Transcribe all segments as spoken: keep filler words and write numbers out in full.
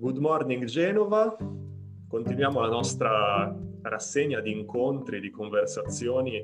Good morning Genova, continuiamo la nostra rassegna di incontri, di conversazioni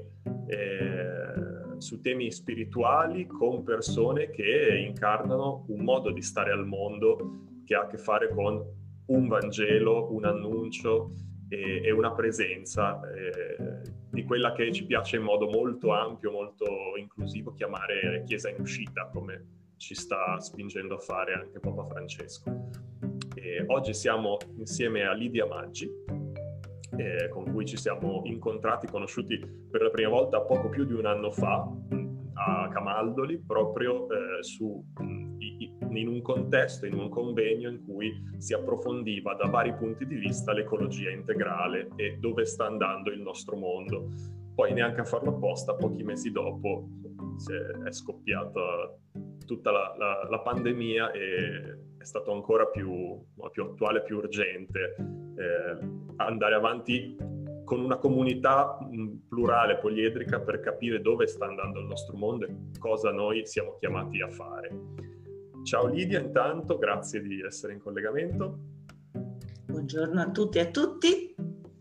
eh, su temi spirituali con persone che incarnano un modo di stare al mondo che ha a che fare con un Vangelo, un annuncio e, e una presenza eh, di quella che ci piace in modo molto ampio, molto inclusivo chiamare Chiesa in uscita, come ci sta spingendo a fare anche Papa Francesco. E oggi siamo insieme a Lidia Maggi, eh, con cui ci siamo incontrati, conosciuti per la prima volta poco più di un anno fa a Camaldoli, proprio eh, su, in un contesto, in un convegno in cui si approfondiva da vari punti di vista l'ecologia integrale e dove sta andando il nostro mondo. Poi neanche a farlo apposta, pochi mesi dopo è scoppiata tutta la, la, la pandemia e è stato ancora più, più attuale, più urgente eh, andare avanti con una comunità plurale, poliedrica, per capire dove sta andando il nostro mondo e cosa noi siamo chiamati a fare. Ciao Lidia, intanto, grazie di essere in collegamento. Buongiorno a tutti e a tutti.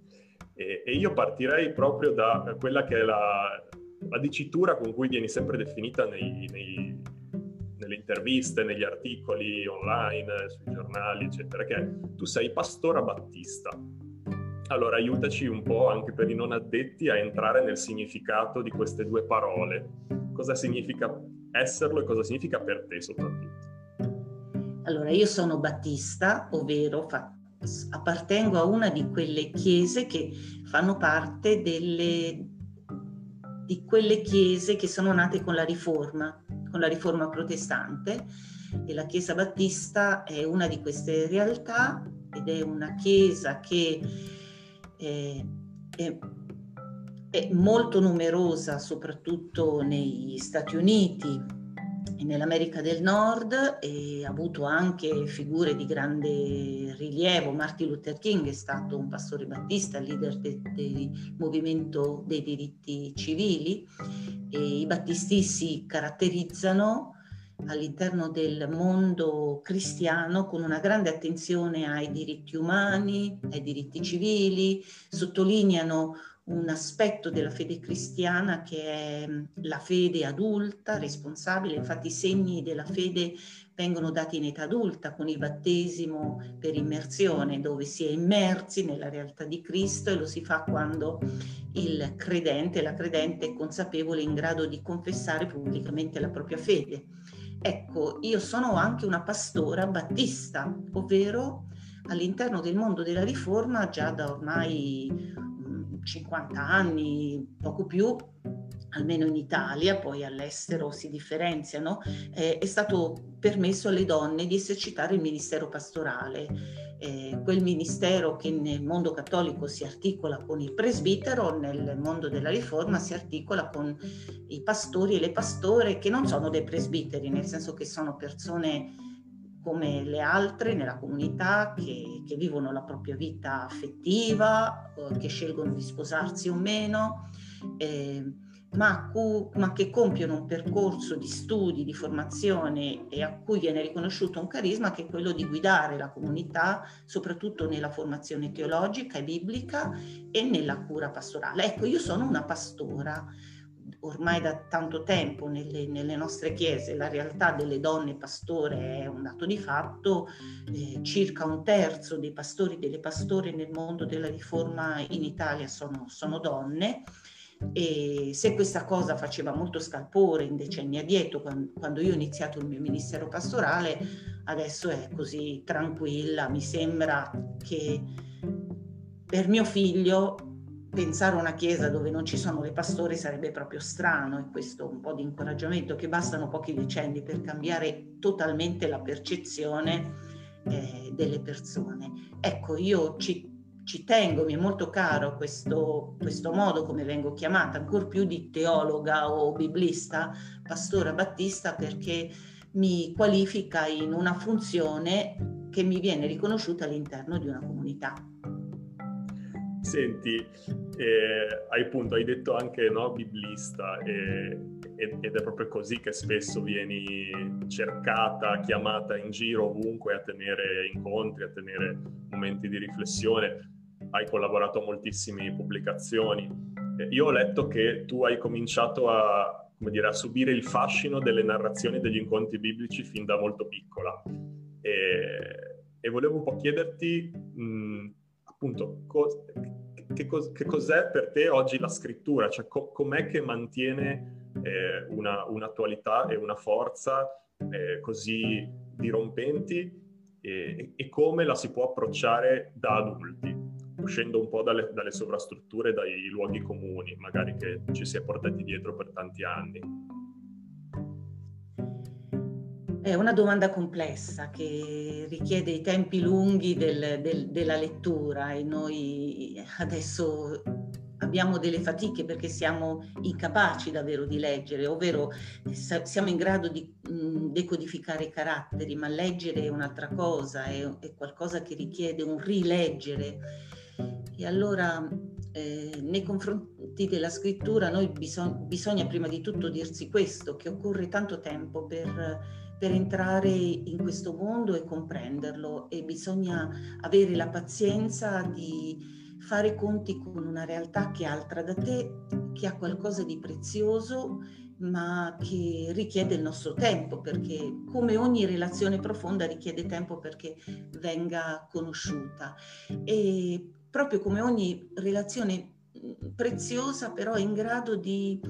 E, e io partirei proprio da quella che è la, la dicitura con cui vieni sempre definita nei, nei, nelle interviste, negli articoli online, sui giornali, eccetera, che tu sei pastora battista. Allora aiutaci un po' anche per i non addetti a entrare nel significato di queste due parole. Cosa significa esserlo e cosa significa per te soprattutto? Allora, io sono battista, ovvero fa, appartengo a una di quelle chiese che fanno parte delle, di quelle chiese che sono nate con la Riforma, con la Riforma protestante, e la Chiesa Battista è una di queste realtà ed è una chiesa che è, è, è molto numerosa, soprattutto negli Stati Uniti e nell'America del Nord, e ha avuto anche figure di grande rilievo. Martin Luther King è stato un pastore battista, leader del de movimento dei diritti civili, e i battisti si caratterizzano all'interno del mondo cristiano con una grande attenzione ai diritti umani, ai diritti civili, sottolineano un aspetto della fede cristiana che è la fede adulta, responsabile. Infatti i segni della fede vengono dati in età adulta con il battesimo per immersione, dove si è immersi nella realtà di Cristo, e lo si fa quando il credente, la credente è consapevole, in grado di confessare pubblicamente la propria fede. Ecco, io sono anche una pastora battista, ovvero all'interno del mondo della Riforma già da ormai cinquanta anni, poco più, almeno in Italia, poi all'estero si differenziano. Eh, è stato permesso alle donne di esercitare il ministero pastorale, eh, quel ministero che nel mondo cattolico si articola con il presbitero, nel mondo della Riforma si articola con i pastori e le pastore, che non sono dei presbiteri, nel senso che sono persone come le altre nella comunità, che, che vivono la propria vita affettiva, eh, che scelgono di sposarsi o meno, eh, ma, cu, ma che compiono un percorso di studi, di formazione, e a cui viene riconosciuto un carisma che è quello di guidare la comunità, soprattutto nella formazione teologica e biblica e nella cura pastorale. Ecco, io sono una pastora. Ormai da tanto tempo nelle, nelle nostre chiese la realtà delle donne pastore è un dato di fatto. Eh, circa un terzo dei pastori e delle pastore nel mondo della Riforma in Italia sono, sono donne, e se questa cosa faceva molto scalpore in decenni addietro, quando, quando io ho iniziato il mio ministero pastorale, adesso è così tranquilla. Mi sembra che per mio figlio pensare a una chiesa dove non ci sono le pastore sarebbe proprio strano, e questo un po' di incoraggiamento, che bastano pochi decenni per cambiare totalmente la percezione eh, delle persone. Ecco, io ci, ci tengo, mi è molto caro questo, questo modo, come vengo chiamata, ancor più di teologa o biblista, pastora battista, perché mi qualifica in una funzione che mi viene riconosciuta all'interno di una comunità. Senti, eh, hai appunto, hai detto anche, no, biblista, e, ed è proprio così che spesso vieni cercata, chiamata in giro ovunque a tenere incontri, a tenere momenti di riflessione. Hai collaborato a moltissime pubblicazioni. Eh, io ho letto che tu hai cominciato a, come dire, a subire il fascino delle narrazioni degli incontri biblici fin da molto piccola. E, e volevo un po' chiederti, mh, appunto, co- che, cos- che cos'è per te oggi la scrittura? Cioè, co- com'è che mantiene eh, una, un'attualità e una forza eh, così dirompenti, e, e come la si può approcciare da adulti, uscendo un po' dalle, dalle sovrastrutture, dai luoghi comuni, magari che ci si è portati dietro per tanti anni? È una domanda complessa che richiede i tempi lunghi del, del, della lettura, e noi adesso abbiamo delle fatiche perché siamo incapaci davvero di leggere, ovvero siamo in grado di mh, decodificare i caratteri, ma leggere è un'altra cosa, è, è qualcosa che richiede un rileggere. E allora eh, nei confronti della scrittura noi bisog- bisogna prima di tutto dirsi questo, che occorre tanto tempo per per entrare in questo mondo e comprenderlo, e bisogna avere la pazienza di fare i conti con una realtà che è altra da te, che ha qualcosa di prezioso, ma che richiede il nostro tempo, perché come ogni relazione profonda richiede tempo perché venga conosciuta. E proprio come ogni relazione preziosa, però è in grado di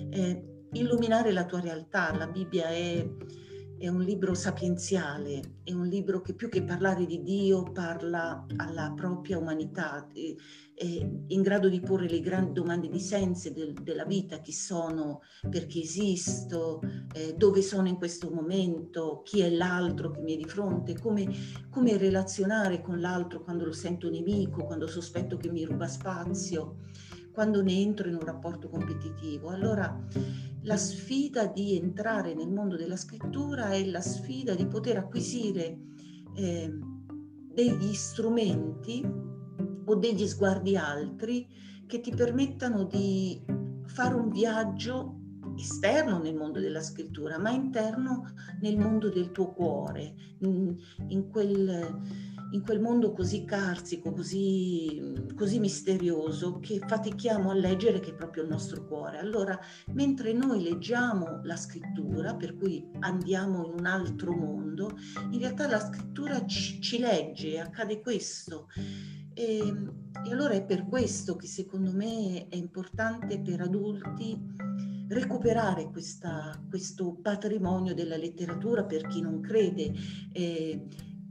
eh, illuminare la tua realtà. La Bibbia è È un libro sapienziale, è un libro che più che parlare di Dio parla alla propria umanità, è, è in grado di porre le grandi domande di senso del, della vita: chi sono, perché esisto, eh, dove sono in questo momento, chi è l'altro che mi è di fronte, come, come relazionare con l'altro quando lo sento nemico, quando sospetto che mi ruba spazio, quando ne entro in un rapporto competitivo. Allora la sfida di entrare nel mondo della scrittura è la sfida di poter acquisire eh, degli strumenti o degli sguardi altri che ti permettano di fare un viaggio esterno nel mondo della scrittura, ma interno nel mondo del tuo cuore, in, in quel in quel mondo così carsico, così, così misterioso, che fatichiamo a leggere, che è proprio il nostro cuore. Allora, mentre noi leggiamo la scrittura, per cui andiamo in un altro mondo, in realtà la scrittura ci, ci legge, accade questo. E, e allora è per questo che secondo me è importante per adulti recuperare questa, questo patrimonio della letteratura per chi non crede, eh,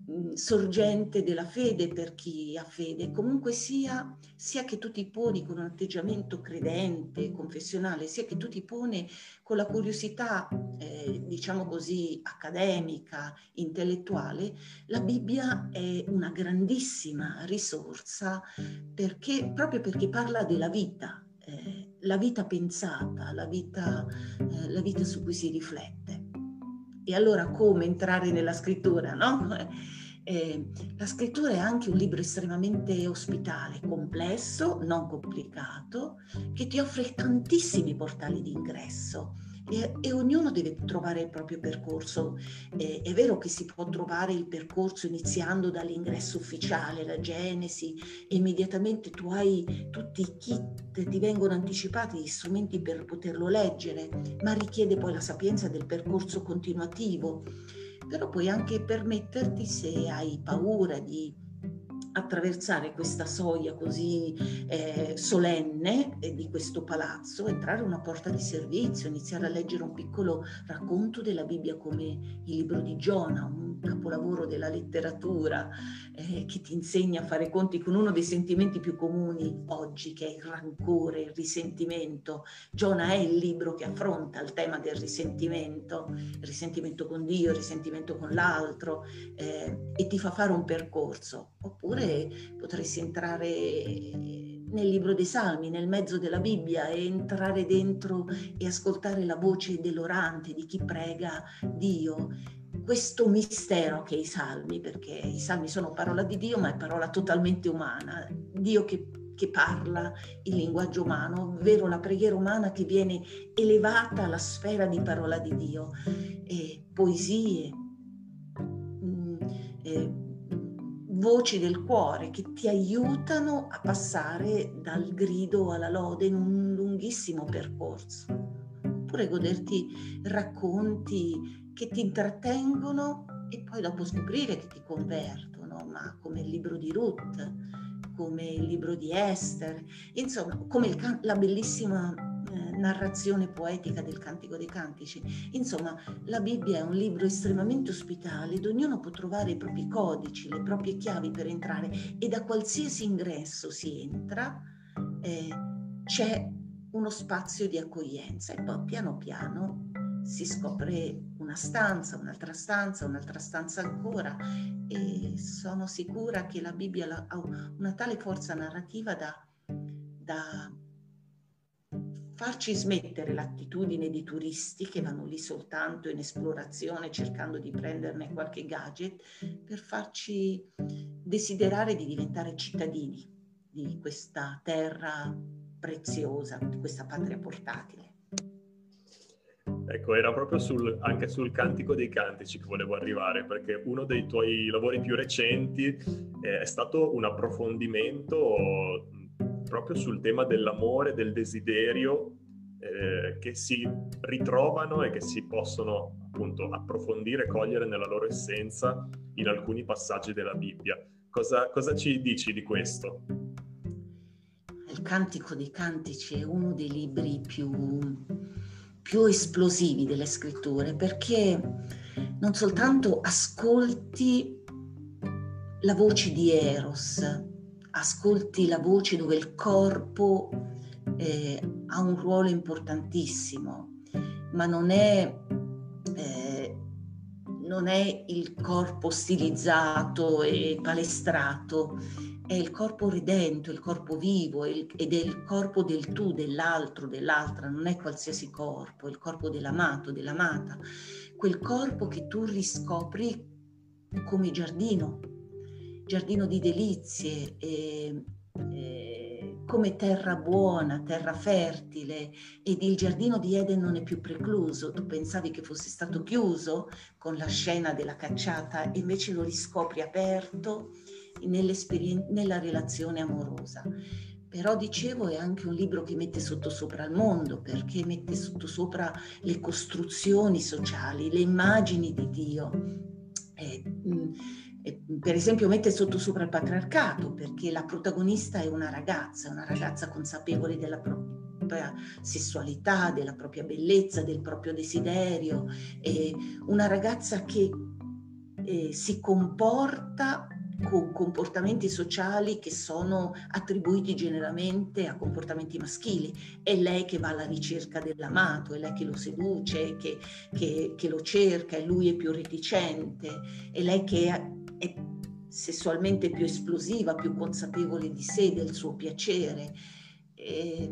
sorgente della fede per chi ha fede. Comunque sia, sia che tu ti poni con un atteggiamento credente, confessionale, sia che tu ti poni con la curiosità, eh, diciamo così, accademica, intellettuale, la Bibbia è una grandissima risorsa, perché, proprio perché parla della vita, eh, la vita pensata, la vita, eh, la vita su cui si riflette. E allora come entrare nella scrittura, no? Eh, la scrittura è anche un libro estremamente ospitale, complesso, non complicato, che ti offre tantissimi portali di ingresso. E, e ognuno deve trovare il proprio percorso. Eh, è vero che si può trovare il percorso iniziando dall'ingresso ufficiale, la Genesi, e immediatamente tu hai tutti i kit, ti vengono anticipati gli strumenti per poterlo leggere, ma richiede poi la sapienza del percorso continuativo. Però puoi anche permetterti, se hai paura di attraversare questa soglia così eh, solenne eh, di questo palazzo, entrare una porta di servizio, iniziare a leggere un piccolo racconto della Bibbia come il libro di Giona, un capolavoro della letteratura eh, che ti insegna a fare conti con uno dei sentimenti più comuni oggi, che è il rancore, il risentimento. Giona è il libro che affronta il tema del risentimento, il risentimento con Dio, il risentimento con l'altro, eh, e ti fa fare un percorso. Oppure potresti entrare nel libro dei Salmi, nel mezzo della Bibbia, e entrare dentro e ascoltare la voce dell'orante, di chi prega Dio. Questo mistero che i Salmi, perché i Salmi sono parola di Dio, ma è parola totalmente umana. Dio che che parla il linguaggio umano, ovvero la preghiera umana che viene elevata alla sfera di parola di Dio. E poesie, mh, eh, voci del cuore che ti aiutano a passare dal grido alla lode in un lunghissimo percorso. Oppure goderti racconti che ti intrattengono e poi dopo scoprire che ti convertono, ma come il libro di Ruth, come il libro di Esther, insomma, come il can- la bellissima eh, narrazione poetica del Cantico dei Cantici. Insomma, la Bibbia è un libro estremamente ospitale dove ognuno può trovare i propri codici, le proprie chiavi per entrare, e da qualsiasi ingresso si entra eh, c'è uno spazio di accoglienza, e poi piano piano si scopre una stanza, un'altra stanza, un'altra stanza ancora, e sono sicura che la Bibbia ha una tale forza narrativa da, da farci smettere l'attitudine di turisti che vanno lì soltanto in esplorazione cercando di prenderne qualche gadget, per farci desiderare di diventare cittadini di questa terra preziosa, di questa patria portatile. Ecco, era proprio sul, anche sul Cantico dei Cantici che volevo arrivare, perché uno dei tuoi lavori più recenti eh, è stato un approfondimento proprio sul tema dell'amore, del desiderio, eh, che si ritrovano e che si possono appunto approfondire, cogliere nella loro essenza in alcuni passaggi della Bibbia. Cosa, cosa ci dici di questo? Il Cantico dei Cantici è uno dei libri più... più esplosivi delle scritture, perché non soltanto ascolti la voce di Eros, ascolti la voce dove il corpo eh, ha un ruolo importantissimo, ma non è, eh, non è il corpo stilizzato e palestrato, è il corpo redento, il corpo vivo, ed è il corpo del tu, dell'altro, dell'altra, non è qualsiasi corpo, è il corpo dell'amato, dell'amata, quel corpo che tu riscopri come giardino, giardino di delizie, e, e, come terra buona, terra fertile, ed il giardino di Eden non è più precluso. Tu pensavi che fosse stato chiuso con la scena della cacciata, e invece lo riscopri aperto nella relazione amorosa. Però dicevo è anche un libro che mette sottosopra il mondo, perché mette sottosopra le costruzioni sociali, le immagini di Dio. Eh, eh, per esempio mette sottosopra il patriarcato, perché la protagonista è una ragazza, una ragazza consapevole della propria sessualità, della propria bellezza, del proprio desiderio, eh, una ragazza che eh, si comporta con comportamenti sociali che sono attribuiti generalmente a comportamenti maschili. È lei che va alla ricerca dell'amato, è lei che lo seduce, che, che, che lo cerca, e lui è più reticente, è lei che è, è sessualmente più esplosiva, più consapevole di sé, del suo piacere, e,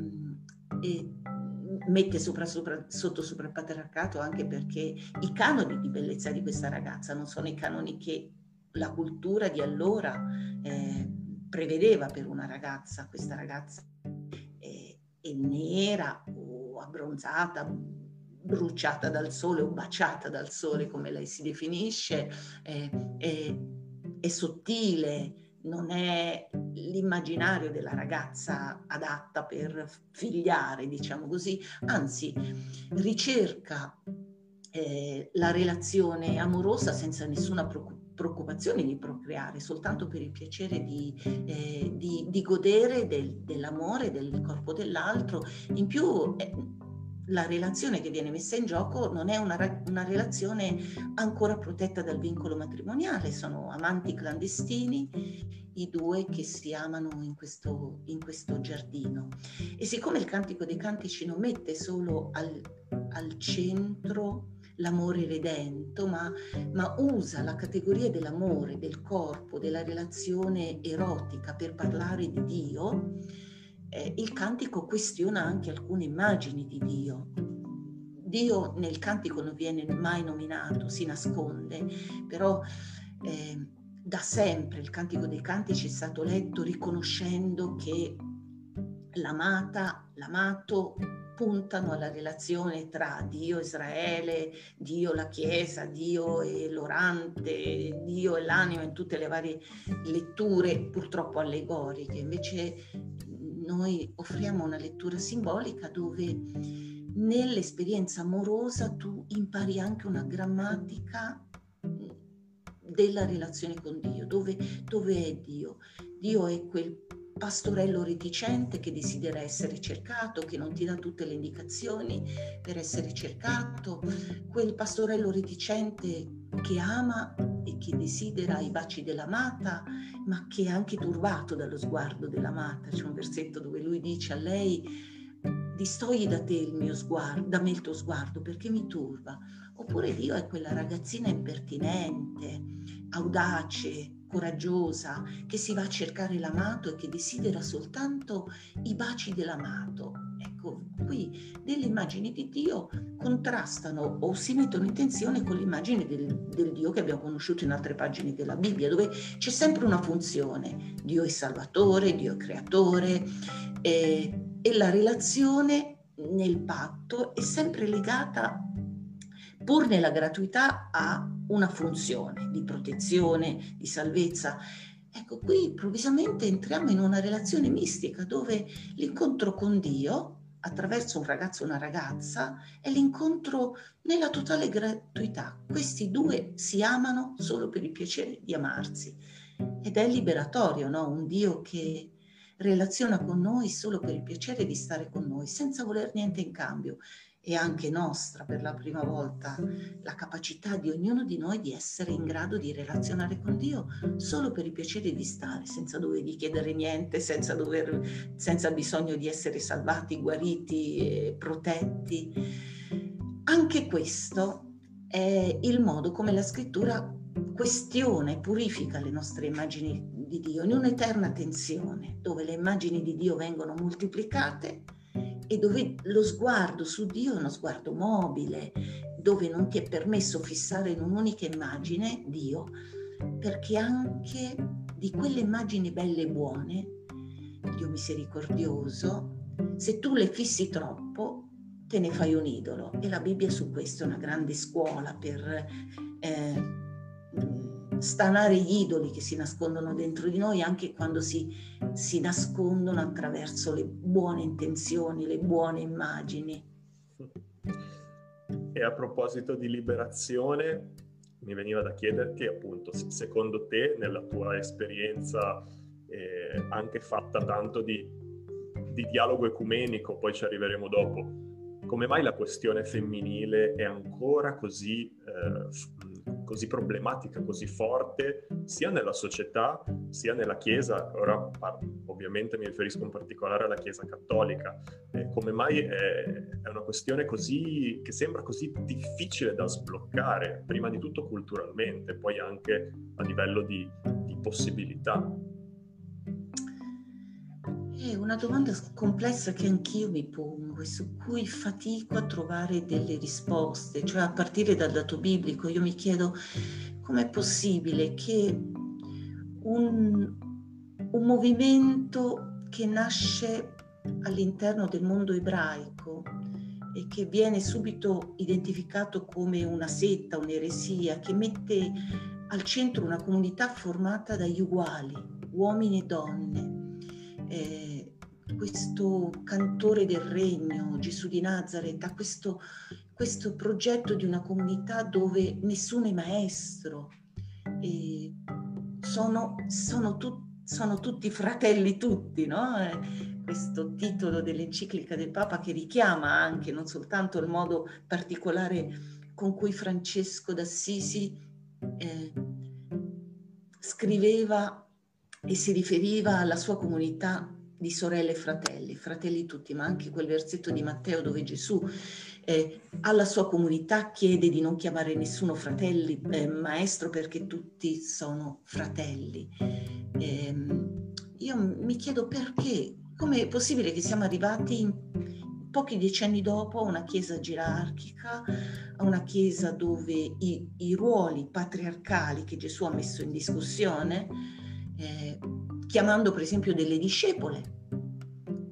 e mette sopra, sopra, sotto sopra il patriarcato, anche perché i canoni di bellezza di questa ragazza non sono i canoni che la cultura di allora eh, prevedeva per una ragazza. Questa ragazza è, è nera o abbronzata, bruciata dal sole o baciata dal sole, come lei si definisce, è, è, è sottile, non è l'immaginario della ragazza adatta per figliare, diciamo così, anzi ricerca eh, la relazione amorosa senza nessuna preoccupazione preoccupazione di procreare, soltanto per il piacere di, eh, di, di godere del, dell'amore, del corpo dell'altro. In più eh, la relazione che viene messa in gioco non è una, una relazione ancora protetta dal vincolo matrimoniale, sono amanti clandestini, i due che si amano in questo, in questo giardino. E siccome il Cantico dei Cantici non mette solo al, al centro l'amore redento, ma, ma usa la categoria dell'amore, del corpo, della relazione erotica per parlare di Dio, eh, il cantico questiona anche alcune immagini di Dio. Dio nel cantico non viene mai nominato, si nasconde, però eh, da sempre il Cantico dei Cantici è stato letto riconoscendo che l'amata, l'amato puntano alla relazione tra Dio e Israele, Dio la Chiesa, Dio e l'orante, Dio e l'anima in tutte le varie letture purtroppo allegoriche. Invece noi offriamo una lettura simbolica dove nell'esperienza amorosa tu impari anche una grammatica della relazione con Dio. Dove, dove è Dio? Dio è quel pastorello reticente che desidera essere cercato, che non ti dà tutte le indicazioni per essere cercato, quel pastorello reticente che ama e che desidera i baci dell'amata, ma che è anche turbato dallo sguardo dell'amata. C'è un versetto dove lui dice a lei: distogli da te il mio sguardo, da me il tuo sguardo, perché mi turba. Oppure Dio è quella ragazzina impertinente, audace, coraggiosa, che si va a cercare l'amato e che desidera soltanto i baci dell'amato. Ecco, qui delle immagini di Dio contrastano o si mettono in tensione con l'immagine del, del Dio che abbiamo conosciuto in altre pagine della Bibbia, dove c'è sempre una funzione. Dio è salvatore, Dio è creatore, eh, e la relazione nel patto è sempre legata, pur nella gratuità, a una funzione di protezione, di salvezza. Ecco, qui improvvisamente entriamo in una relazione mistica dove l'incontro con Dio attraverso un ragazzo o una ragazza è l'incontro nella totale gratuità. Questi due si amano solo per il piacere di amarsi ed è liberatorio, no? Un Dio che relaziona con noi solo per il piacere di stare con noi, senza voler niente in cambio. È anche nostra, per la prima volta, la capacità di ognuno di noi di essere in grado di relazionare con Dio solo per il piacere di stare, senza dovergli chiedere niente, senza, dover, senza bisogno di essere salvati, guariti, eh, protetti. Anche questo è il modo come la Scrittura questiona e purifica le nostre immagini di Dio in un'eterna tensione, dove le immagini di Dio vengono moltiplicate e dove lo sguardo su Dio è uno sguardo mobile, dove non ti è permesso fissare in un'unica immagine Dio, perché anche di quelle immagini belle e buone, Dio misericordioso, se tu le fissi troppo te ne fai un idolo. E la Bibbia su questo è una grande scuola per eh, stanare gli idoli che si nascondono dentro di noi, anche quando si, si nascondono attraverso le buone intenzioni, le buone immagini. E a proposito di liberazione, mi veniva da chiederti appunto, secondo te, nella tua esperienza eh, anche fatta tanto di, di dialogo ecumenico, poi ci arriveremo dopo, come mai la questione femminile è ancora così eh, così problematica, così forte, sia nella società, sia nella Chiesa? Ora ovviamente mi riferisco in particolare alla Chiesa cattolica. Eh, come mai è, è una questione così, che sembra così difficile da sbloccare, prima di tutto culturalmente, poi anche a livello di, di possibilità? È una domanda complessa che anch'io mi pongo e su cui fatico a trovare delle risposte, cioè a partire dal dato biblico. Io mi chiedo com'è possibile che un, un movimento che nasce all'interno del mondo ebraico e che viene subito identificato come una setta, un'eresia, che mette al centro una comunità formata dagli uguali, uomini e donne, Eh, questo cantore del regno, Gesù di Nazaret, ha questo, questo progetto di una comunità dove nessuno è maestro, e sono, sono, tu, sono tutti fratelli tutti, no? Eh, questo titolo dell'enciclica del Papa che richiama anche non soltanto il modo particolare con cui Francesco d'Assisi eh, scriveva e si riferiva alla sua comunità di sorelle e fratelli, fratelli tutti, ma anche quel versetto di Matteo dove Gesù eh, alla sua comunità chiede di non chiamare nessuno fratelli, eh, maestro, perché tutti sono fratelli. Eh, io mi chiedo perché, come è possibile che siamo arrivati pochi decenni dopo a una chiesa gerarchica, a una chiesa dove i, i ruoli patriarcali che Gesù ha messo in discussione, Eh, chiamando per esempio delle discepole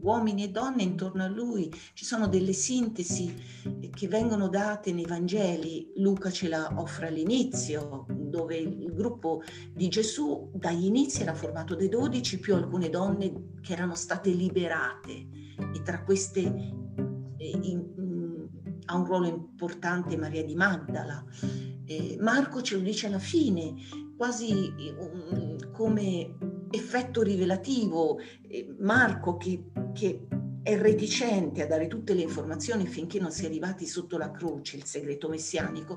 uomini e donne intorno a lui. Ci sono delle sintesi che vengono date nei Vangeli. Luca ce la offre all'inizio, dove il gruppo di Gesù dagli inizi era formato dai dodici più alcune donne che erano state liberate, e tra queste eh, in, in, ha un ruolo importante Maria di Magdala. Eh, Marco ce lo dice alla fine, quasi um, come effetto rivelativo. Eh, Marco che, che è reticente a dare tutte le informazioni finché non si è arrivati sotto la croce, il segreto messianico.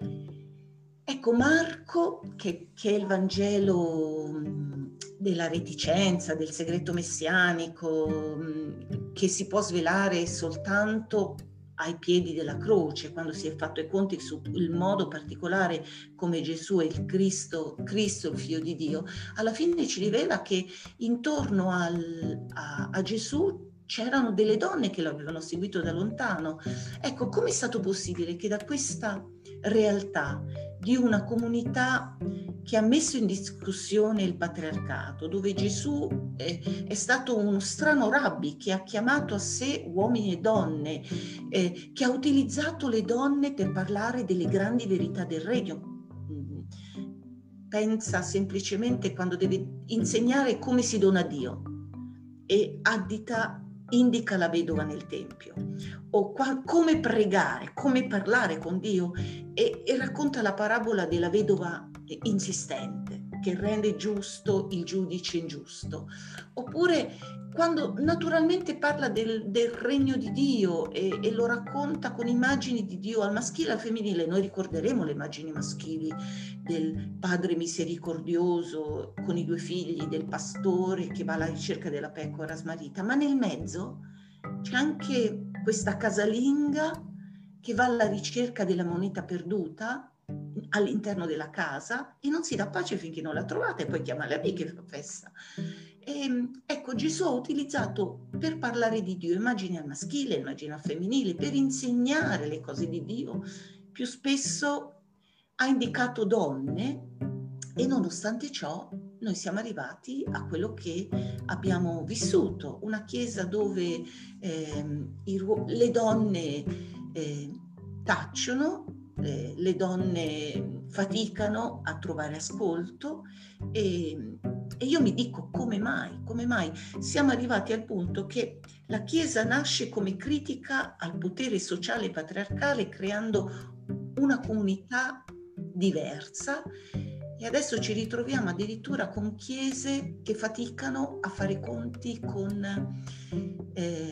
Ecco, Marco, che, che è il Vangelo della reticenza, del segreto messianico, che si può svelare soltanto ai piedi della croce, quando si è fatto i conti sul modo particolare come Gesù è il Cristo, Cristo il Figlio di Dio, alla fine ci rivela che intorno al, a, a Gesù c'erano delle donne che lo avevano seguito da lontano. Ecco, come è stato possibile che da questa realtà di una comunità che ha messo in discussione il patriarcato, dove Gesù è, è stato uno strano rabbi che ha chiamato a sé uomini e donne, eh, che ha utilizzato le donne per parlare delle grandi verità del regno. Pensa semplicemente quando deve insegnare come si dona a Dio e addita, indica la vedova nel tempio, o qua, come pregare, come parlare con Dio, e, e racconta la parabola della vedova insistente che rende giusto il giudice ingiusto, oppure quando naturalmente parla del, del regno di Dio e, e lo racconta con immagini di Dio al maschile e al femminile. Noi ricorderemo le immagini maschili del padre misericordioso con i due figli, del pastore che va alla ricerca della pecora smarrita, ma nel mezzo c'è anche questa casalinga che va alla ricerca della moneta perduta all'interno della casa e non si dà pace finché non la trovate, e poi chiama le amiche e fa festa. E, ecco, Gesù ha utilizzato per parlare di Dio immagini al maschile, immagini al femminile, per insegnare le cose di Dio. Più spesso ha indicato donne, e nonostante ciò noi siamo arrivati a quello che abbiamo vissuto, una chiesa dove eh, i, le donne eh, tacciono, eh, le donne faticano a trovare ascolto, e, e io mi dico come mai, come mai siamo arrivati al punto che la Chiesa nasce come critica al potere sociale patriarcale, creando una comunità diversa, e adesso ci ritroviamo addirittura con chiese che faticano a fare conti con eh,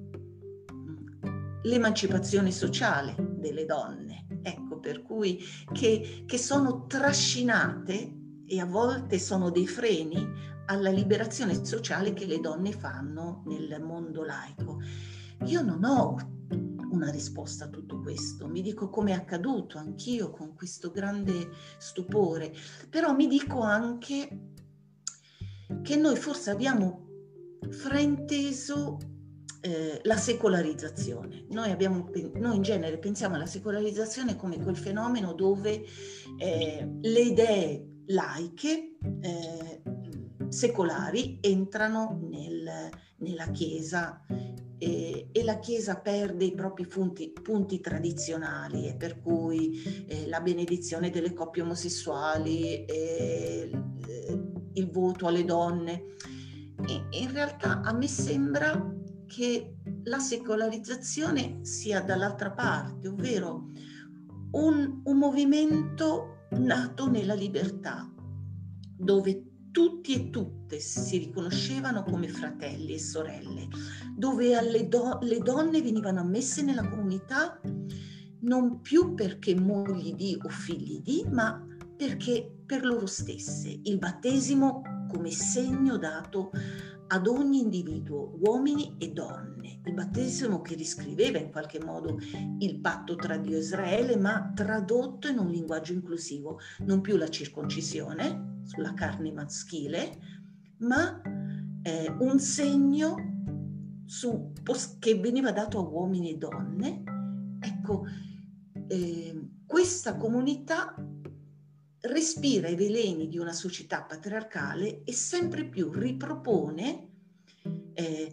l'emancipazione sociale delle donne, ecco, per cui che, che sono trascinate e a volte sono dei freni alla liberazione sociale che le donne fanno nel mondo laico. Io non ho una risposta a tutto questo, mi dico come è accaduto anch'io con questo grande stupore, però mi dico anche che noi forse abbiamo frainteso eh, la secolarizzazione. Noi, abbiamo, noi in genere pensiamo alla secolarizzazione come quel fenomeno dove eh, le idee laiche eh, secolari entrano nel, nella Chiesa, e, e la Chiesa perde i propri punti, punti tradizionali, e per cui eh, la benedizione delle coppie omosessuali, eh, il voto alle donne. E, in realtà a me sembra che la secolarizzazione sia dall'altra parte, ovvero un, un movimento nato nella libertà, dove tutti e tutte si riconoscevano come fratelli e sorelle, dove alle do- le donne venivano ammesse nella comunità non più perché mogli di o figli di, ma perché per loro stesse. Il battesimo come segno dato ad ogni individuo, uomini e donne. Il battesimo che riscriveva in qualche modo il patto tra Dio e Israele, ma tradotto in un linguaggio inclusivo. Non più la circoncisione sulla carne maschile, ma eh, un segno su, che veniva dato a uomini e donne. Ecco, eh, questa comunità respira i veleni di una società patriarcale e sempre più ripropone eh,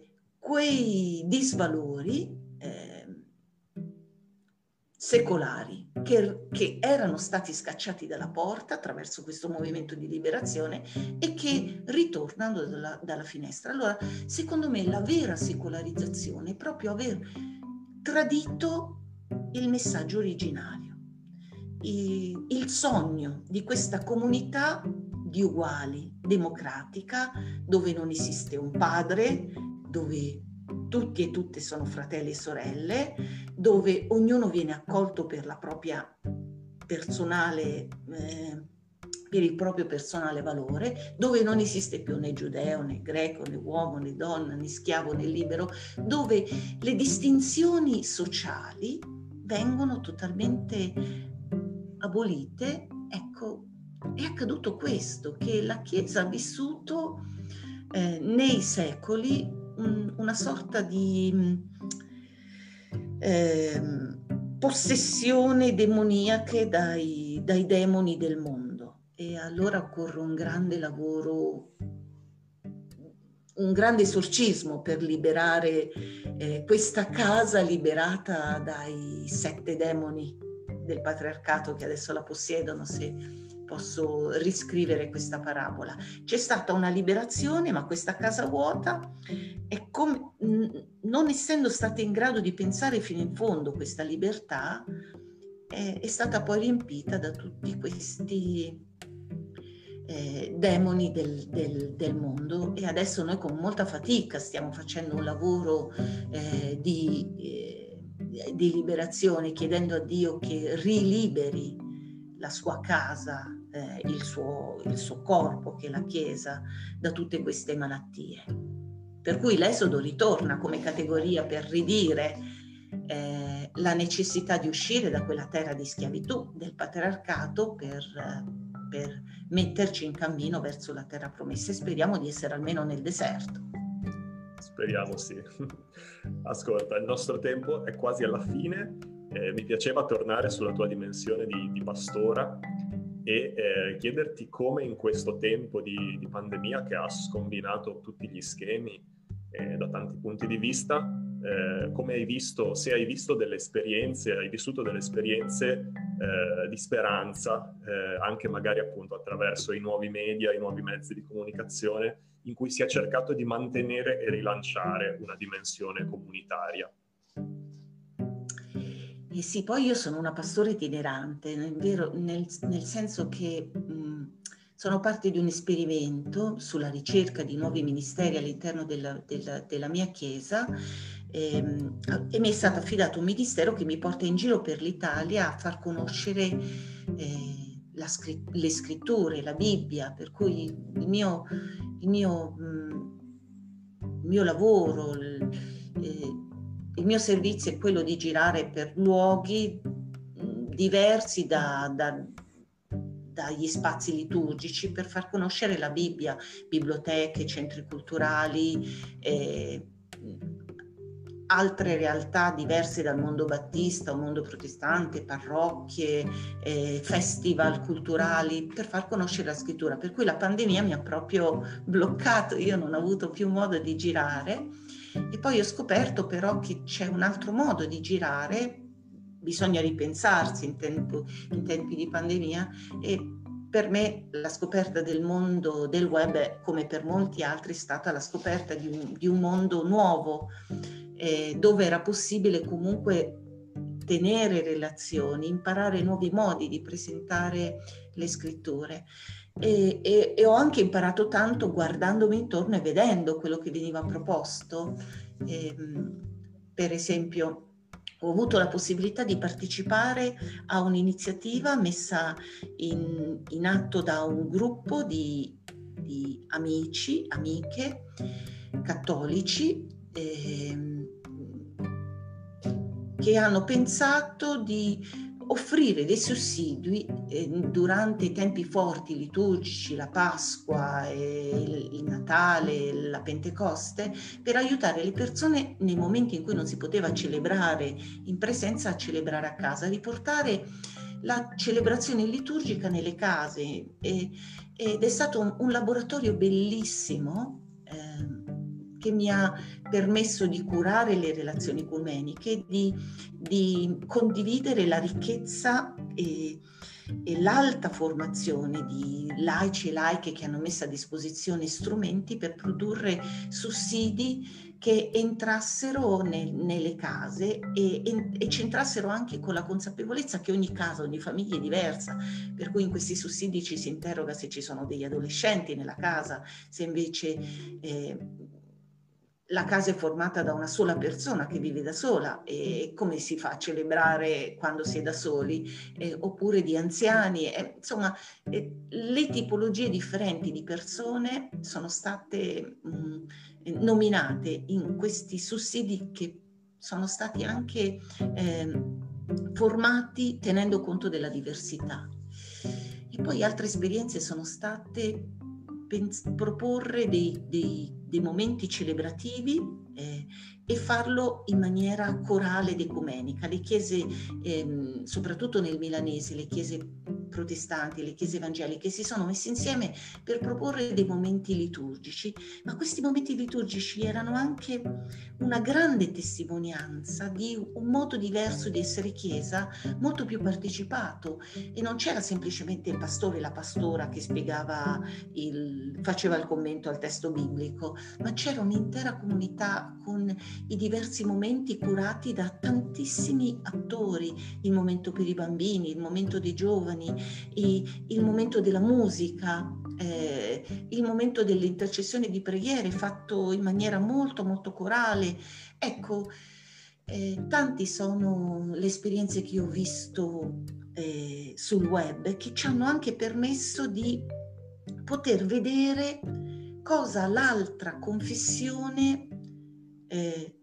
quei disvalori eh, secolari che, che erano stati scacciati dalla porta attraverso questo movimento di liberazione e che ritornano dalla, dalla finestra. Allora, secondo me la vera secolarizzazione è proprio aver tradito il messaggio originario, il, il sogno di questa comunità di uguali, democratica, dove non esiste un padre, dove tutti e tutte sono fratelli e sorelle, dove ognuno viene accolto per la propria personale, eh, per il proprio personale valore, dove non esiste più né giudeo, né greco, né uomo, né donna, né schiavo, né libero, dove le distinzioni sociali vengono totalmente abolite. Ecco, è accaduto questo, che la Chiesa ha vissuto eh, nei secoli un, una sorta di eh, possessione demoniache dai, dai demoni del mondo. E allora occorre un grande lavoro, un grande esorcismo per liberare eh, questa casa liberata dai sette demoni del patriarcato che adesso la possiedono, se posso riscrivere questa parabola. C'è stata una liberazione, ma questa casa vuota è come, non essendo stata in grado di pensare fino in fondo questa libertà, è, è stata poi riempita da tutti questi eh, demoni del, del, del mondo, e adesso noi con molta fatica stiamo facendo un lavoro eh, di, eh, di liberazione, chiedendo a Dio che riliberi la sua casa, eh, il, suo, il suo corpo, che è la Chiesa, da tutte queste malattie. Per cui l'esodo ritorna come categoria per ridire eh, la necessità di uscire da quella terra di schiavitù del patriarcato per, per metterci in cammino verso la terra promessa, e speriamo di essere almeno nel deserto. Speriamo, sì. Ascolta, il nostro tempo è quasi alla fine. Eh, mi piaceva tornare sulla tua dimensione di, di pastora e eh, chiederti come in questo tempo di, di pandemia che ha scombinato tutti gli schemi eh, da tanti punti di vista, eh, come hai visto, se hai visto delle esperienze, hai vissuto delle esperienze eh, di speranza, eh, anche magari appunto attraverso i nuovi media, i nuovi mezzi di comunicazione, in cui si è cercato di mantenere e rilanciare una dimensione comunitaria. Eh sì, poi io sono una pastora itinerante, nel, vero, nel, nel senso che mh, sono parte di un esperimento sulla ricerca di nuovi ministeri all'interno della, della, della mia chiesa, ehm, e mi è stato affidato un ministero che mi porta in giro per l'Italia a far conoscere eh, la scritt- le scritture, la Bibbia, per cui il mio, il mio, mh, il mio lavoro, il, eh, il mio servizio è quello di girare per luoghi diversi da, da, dagli spazi liturgici per far conoscere la Bibbia, biblioteche, centri culturali, eh, altre realtà diverse dal mondo battista o mondo protestante, parrocchie, eh, festival culturali, per far conoscere la scrittura. Per cui la pandemia mi ha proprio bloccato, io non ho avuto più modo di girare. E poi ho scoperto però che c'è un altro modo di girare, bisogna ripensarsi in, tempo, in tempi di pandemia, e per me la scoperta del mondo del web, come per molti altri, è stata la scoperta di un, di un mondo nuovo, eh, dove era possibile comunque tenere relazioni, imparare nuovi modi di presentare le scritture. E, e, e ho anche imparato tanto guardandomi intorno e vedendo quello che veniva proposto. E, per esempio, ho avuto la possibilità di partecipare a un'iniziativa messa in, in atto da un gruppo di, di amici, amiche cattolici eh, che hanno pensato di offrire dei sussidui eh, durante i tempi forti liturgici, la Pasqua, eh, il, il Natale, la Pentecoste, per aiutare le persone nei momenti in cui non si poteva celebrare in presenza a celebrare a casa, riportare la celebrazione liturgica nelle case, e, ed è stato un, un laboratorio bellissimo eh, che mi ha permesso di curare le relazioni ecumeniche, di, di condividere la ricchezza e, e l'alta formazione di laici e laiche che hanno messo a disposizione strumenti per produrre sussidi che entrassero nel, nelle case e, e, e c'entrassero anche con la consapevolezza che ogni casa, ogni famiglia è diversa, per cui in questi sussidi ci si interroga se ci sono degli adolescenti nella casa, se invece eh, la casa è formata da una sola persona che vive da sola e come si fa a celebrare quando si è da soli, eh, oppure di anziani, eh, insomma eh, le tipologie differenti di persone sono state mh, nominate in questi sussidi che sono stati anche eh, formati tenendo conto della diversità. E poi altre esperienze sono state pens- proporre dei, dei, dei momenti celebrativi eh, e farlo in maniera corale ed ecumenica. Le chiese, ehm, soprattutto nel milanese, le chiese protestanti, le chiese evangeliche si sono messe insieme per proporre dei momenti liturgici, ma questi momenti liturgici erano anche una grande testimonianza di un modo diverso di essere chiesa, molto più partecipato, e non c'era semplicemente il pastore e la pastora che spiegava il, faceva il commento al testo biblico, ma c'era un'intera comunità con i diversi momenti curati da tantissimi attori, il momento per i bambini, il momento dei giovani, i, il momento della musica, eh, il momento dell'intercessione di preghiere fatto in maniera molto molto corale. Ecco, eh, tanti sono le esperienze che ho visto eh, sul web che ci hanno anche permesso di poter vedere cosa l'altra confessione eh,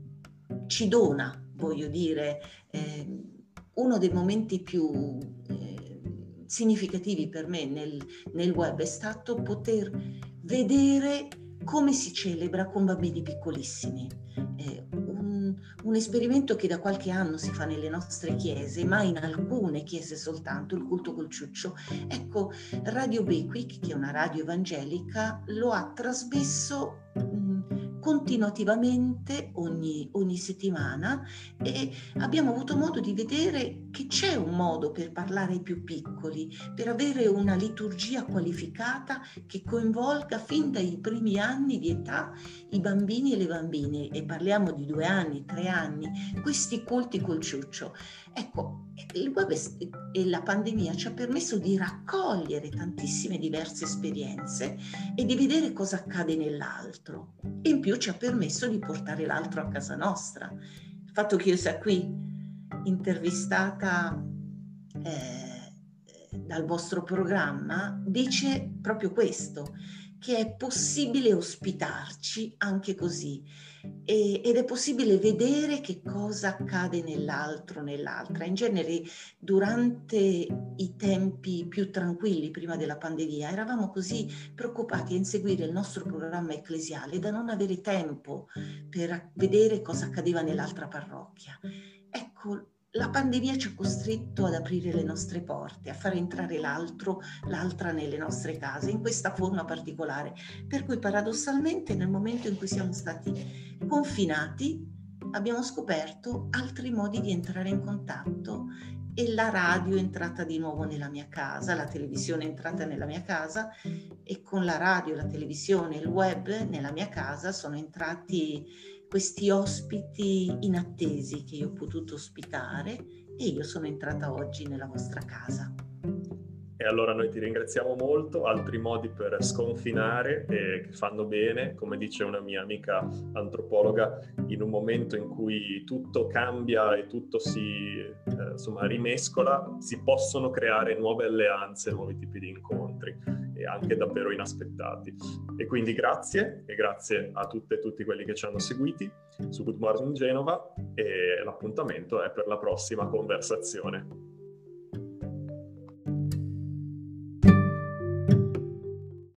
ci dona, voglio dire. Eh, uno dei momenti più eh, significativi per me nel, nel web è stato poter vedere come si celebra con bambini piccolissimi. Eh, un, un esperimento che da qualche anno si fa nelle nostre chiese, ma in alcune chiese soltanto, il culto col ciuccio. Ecco, Radio Bequic, che è una radio evangelica, lo ha trasmesso mh, continuativamente ogni, ogni settimana, e abbiamo avuto modo di vedere che c'è un modo per parlare ai più piccoli, per avere una liturgia qualificata che coinvolga fin dai primi anni di età i bambini e le bambine, e parliamo di due anni, tre anni, questi culti col ciuccio. Ecco, il web e la pandemia ci ha permesso di raccogliere tantissime diverse esperienze e di vedere cosa accade nell'altro, e in più ci ha permesso di portare l'altro a casa nostra. Il fatto che io sia qui intervistata eh, dal vostro programma dice proprio questo, che è possibile ospitarci anche così, e, ed è possibile vedere che cosa accade nell'altro, nell'altra. In genere durante i tempi più tranquilli prima della pandemia eravamo così preoccupati a inseguire il nostro programma ecclesiale da non avere tempo per vedere cosa accadeva nell'altra parrocchia. Ecco, la pandemia ci ha costretto ad aprire le nostre porte, a far entrare l'altro, l'altra nelle nostre case, in questa forma particolare. Per cui paradossalmente nel momento in cui siamo stati confinati abbiamo scoperto altri modi di entrare in contatto, e la radio è entrata di nuovo nella mia casa, la televisione è entrata nella mia casa, e con la radio, la televisione e il web nella mia casa sono entrati questi ospiti inattesi che io ho potuto ospitare, e io sono entrata oggi nella vostra casa. E allora noi ti ringraziamo molto, altri modi per sconfinare e che fanno bene, come dice una mia amica antropologa, in un momento in cui tutto cambia e tutto si eh, insomma rimescola, si possono creare nuove alleanze, nuovi tipi di incontri, e anche davvero inaspettati. E quindi grazie, e grazie a tutte e tutti quelli che ci hanno seguiti su Good Morning Genova, e l'appuntamento è per la prossima conversazione.